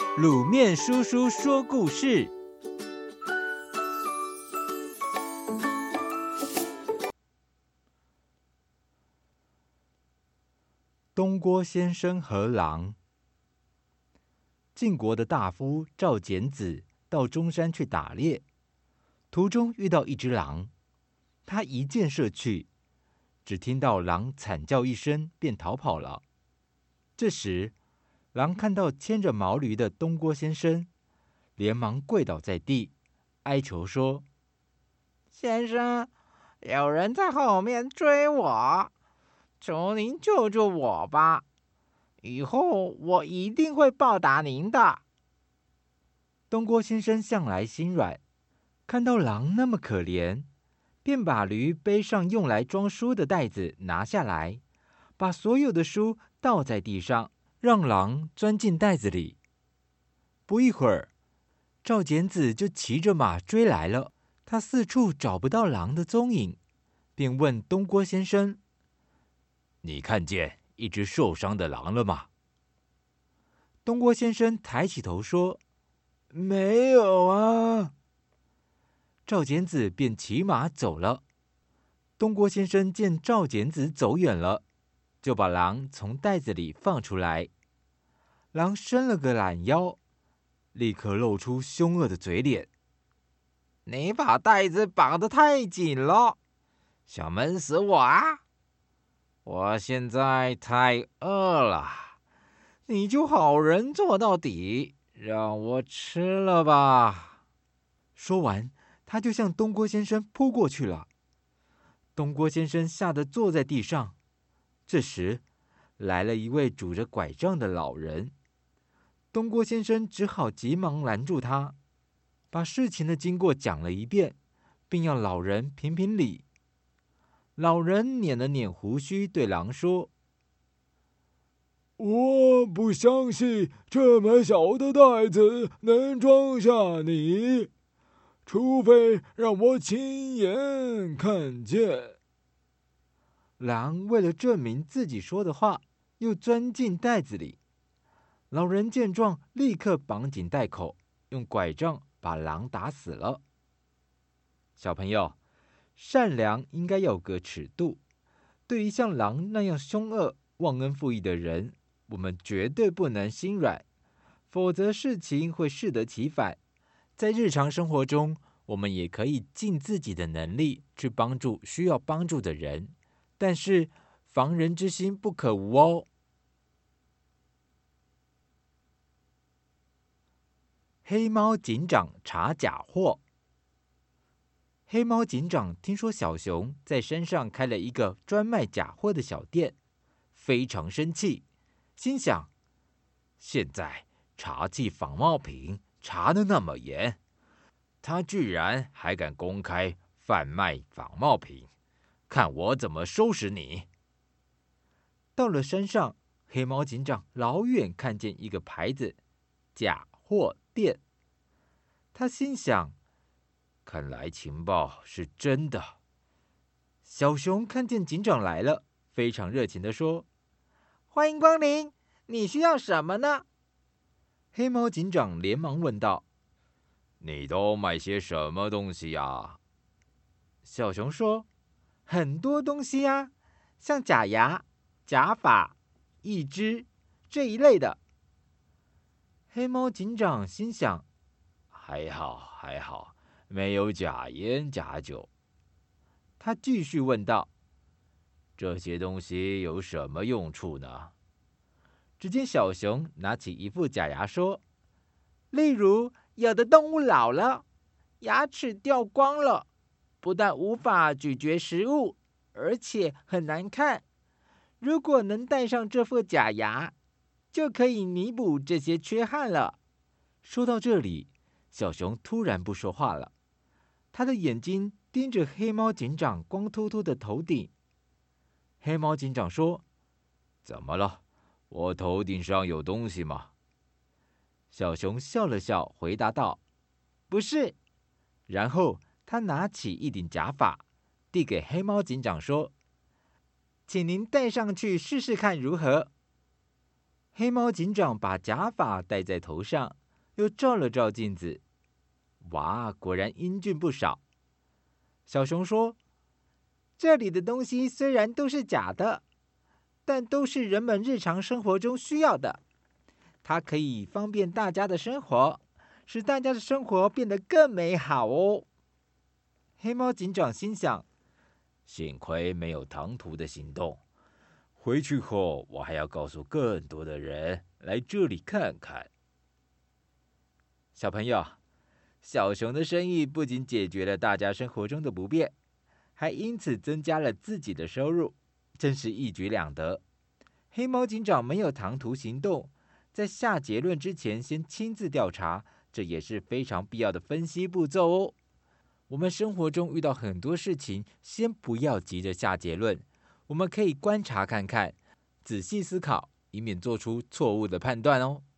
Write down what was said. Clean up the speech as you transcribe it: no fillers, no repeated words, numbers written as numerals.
卤面叔叔说故事。东郭先生和狼。晋国的大夫赵简子到中山去打猎，途中遇到一只狼，他一箭射去，只听到狼惨叫一声，便逃跑了。这时，狼看到牵着毛驴的东郭先生，连忙跪倒在地，哀求说：“ 先生，有人在后面追我，求您救救我吧！以后我一定会报答您的。” 东郭先生向来心软，看到狼那么可怜，便把驴背上用来装书的袋子拿下来，把所有的书倒在地上，让狼钻进袋子里。不一会儿，赵简子就骑着马追来了。他四处找不到狼的踪影，便问东郭先生：“你看见一只受伤的狼了吗？”东郭先生抬起头说：“没有啊。”赵简子便骑马走了。东郭先生见赵简子走远了，就把狼从袋子里放出来。狼伸了个懒腰，立刻露出凶恶的嘴脸：“ 你把袋子绑得太紧了，想闷死我啊！我现在太饿了，你就好人做到底，让我吃了吧。” 说完，他就向东郭先生扑过去了。东郭先生吓得坐在地上。这时，来了一位拄着拐杖的老人。东郭先生只好急忙拦住他，把事情的经过讲了一遍，并要老人评评理。老人捻了捻胡须，对狼说：“ 我不相信这么小的袋子能装下你，除非让我亲眼看见。” 狼为了证明自己说的话，又钻进袋子里。老人见状，立刻绑紧袋口，用拐杖把狼打死了。小朋友，善良应该有个尺度。对于像狼那样凶恶、忘恩负义的人，我们绝对不能心软，否则事情会适得其反。在日常生活中，我们也可以尽自己的能力去帮助需要帮助的人，但是防人之心不可无哦。黑猫警长查假货。黑猫警长听说小熊在山上开了一个专卖假货的小店，非常生气，心想：现在查缉仿冒品查得那么严，他居然还敢公开贩卖仿冒品，看我怎么收拾你！到了山上，黑猫警长老远看见一个牌子“假货店”，他心想：看来情报是真的。小熊看见警长来了，非常热情地说：“ 欢迎光临，你需要什么呢？” 黑猫警长连忙问道：“ 你都卖些什么东西呀？” 小熊说：“很多东西呀，像假牙、假发、义肢这一类的。”黑猫警长心想： 还好，没有假烟假酒。 他继续问道：“ 这些东西有什么用处呢？” 只见小熊拿起一副假牙说：“ 例如，有的动物老了，牙齿掉光了，不但无法咀嚼食物，而且很难看。如果能戴上这副假牙，就可以弥补这些缺憾了。” 说到这里，小熊突然不说话了，他的眼睛盯着黑猫警长光秃秃的头顶。黑猫警长说：“ 怎么了？我头顶上有东西吗？” 小熊笑了笑，回答道：“不是。”然后他拿起一顶假发，递给黑猫警长说：“请您戴上去试试看如何？”黑猫警长把假发戴在头上， 又照了照镜子，哇，果然英俊不少。小熊说：“ 这里的东西虽然都是假的，但都是人们日常生活中需要的。它可以方便大家的生活，使大家的生活变得更美好哦。” 黑猫警长心想：幸亏没有唐突的行动，回去后我还要告诉更多的人来这里看看。小朋友，小熊的生意不仅解决了大家生活中的不便，还因此增加了自己的收入，真是一举两得。黑猫警长没有唐突行动，在下结论之前先亲自调查，这也是非常必要的分析步骤哦。我们生活中遇到很多事情，先不要急着下结论，我们可以观察看看，仔细思考，以免做出错误的判断哦。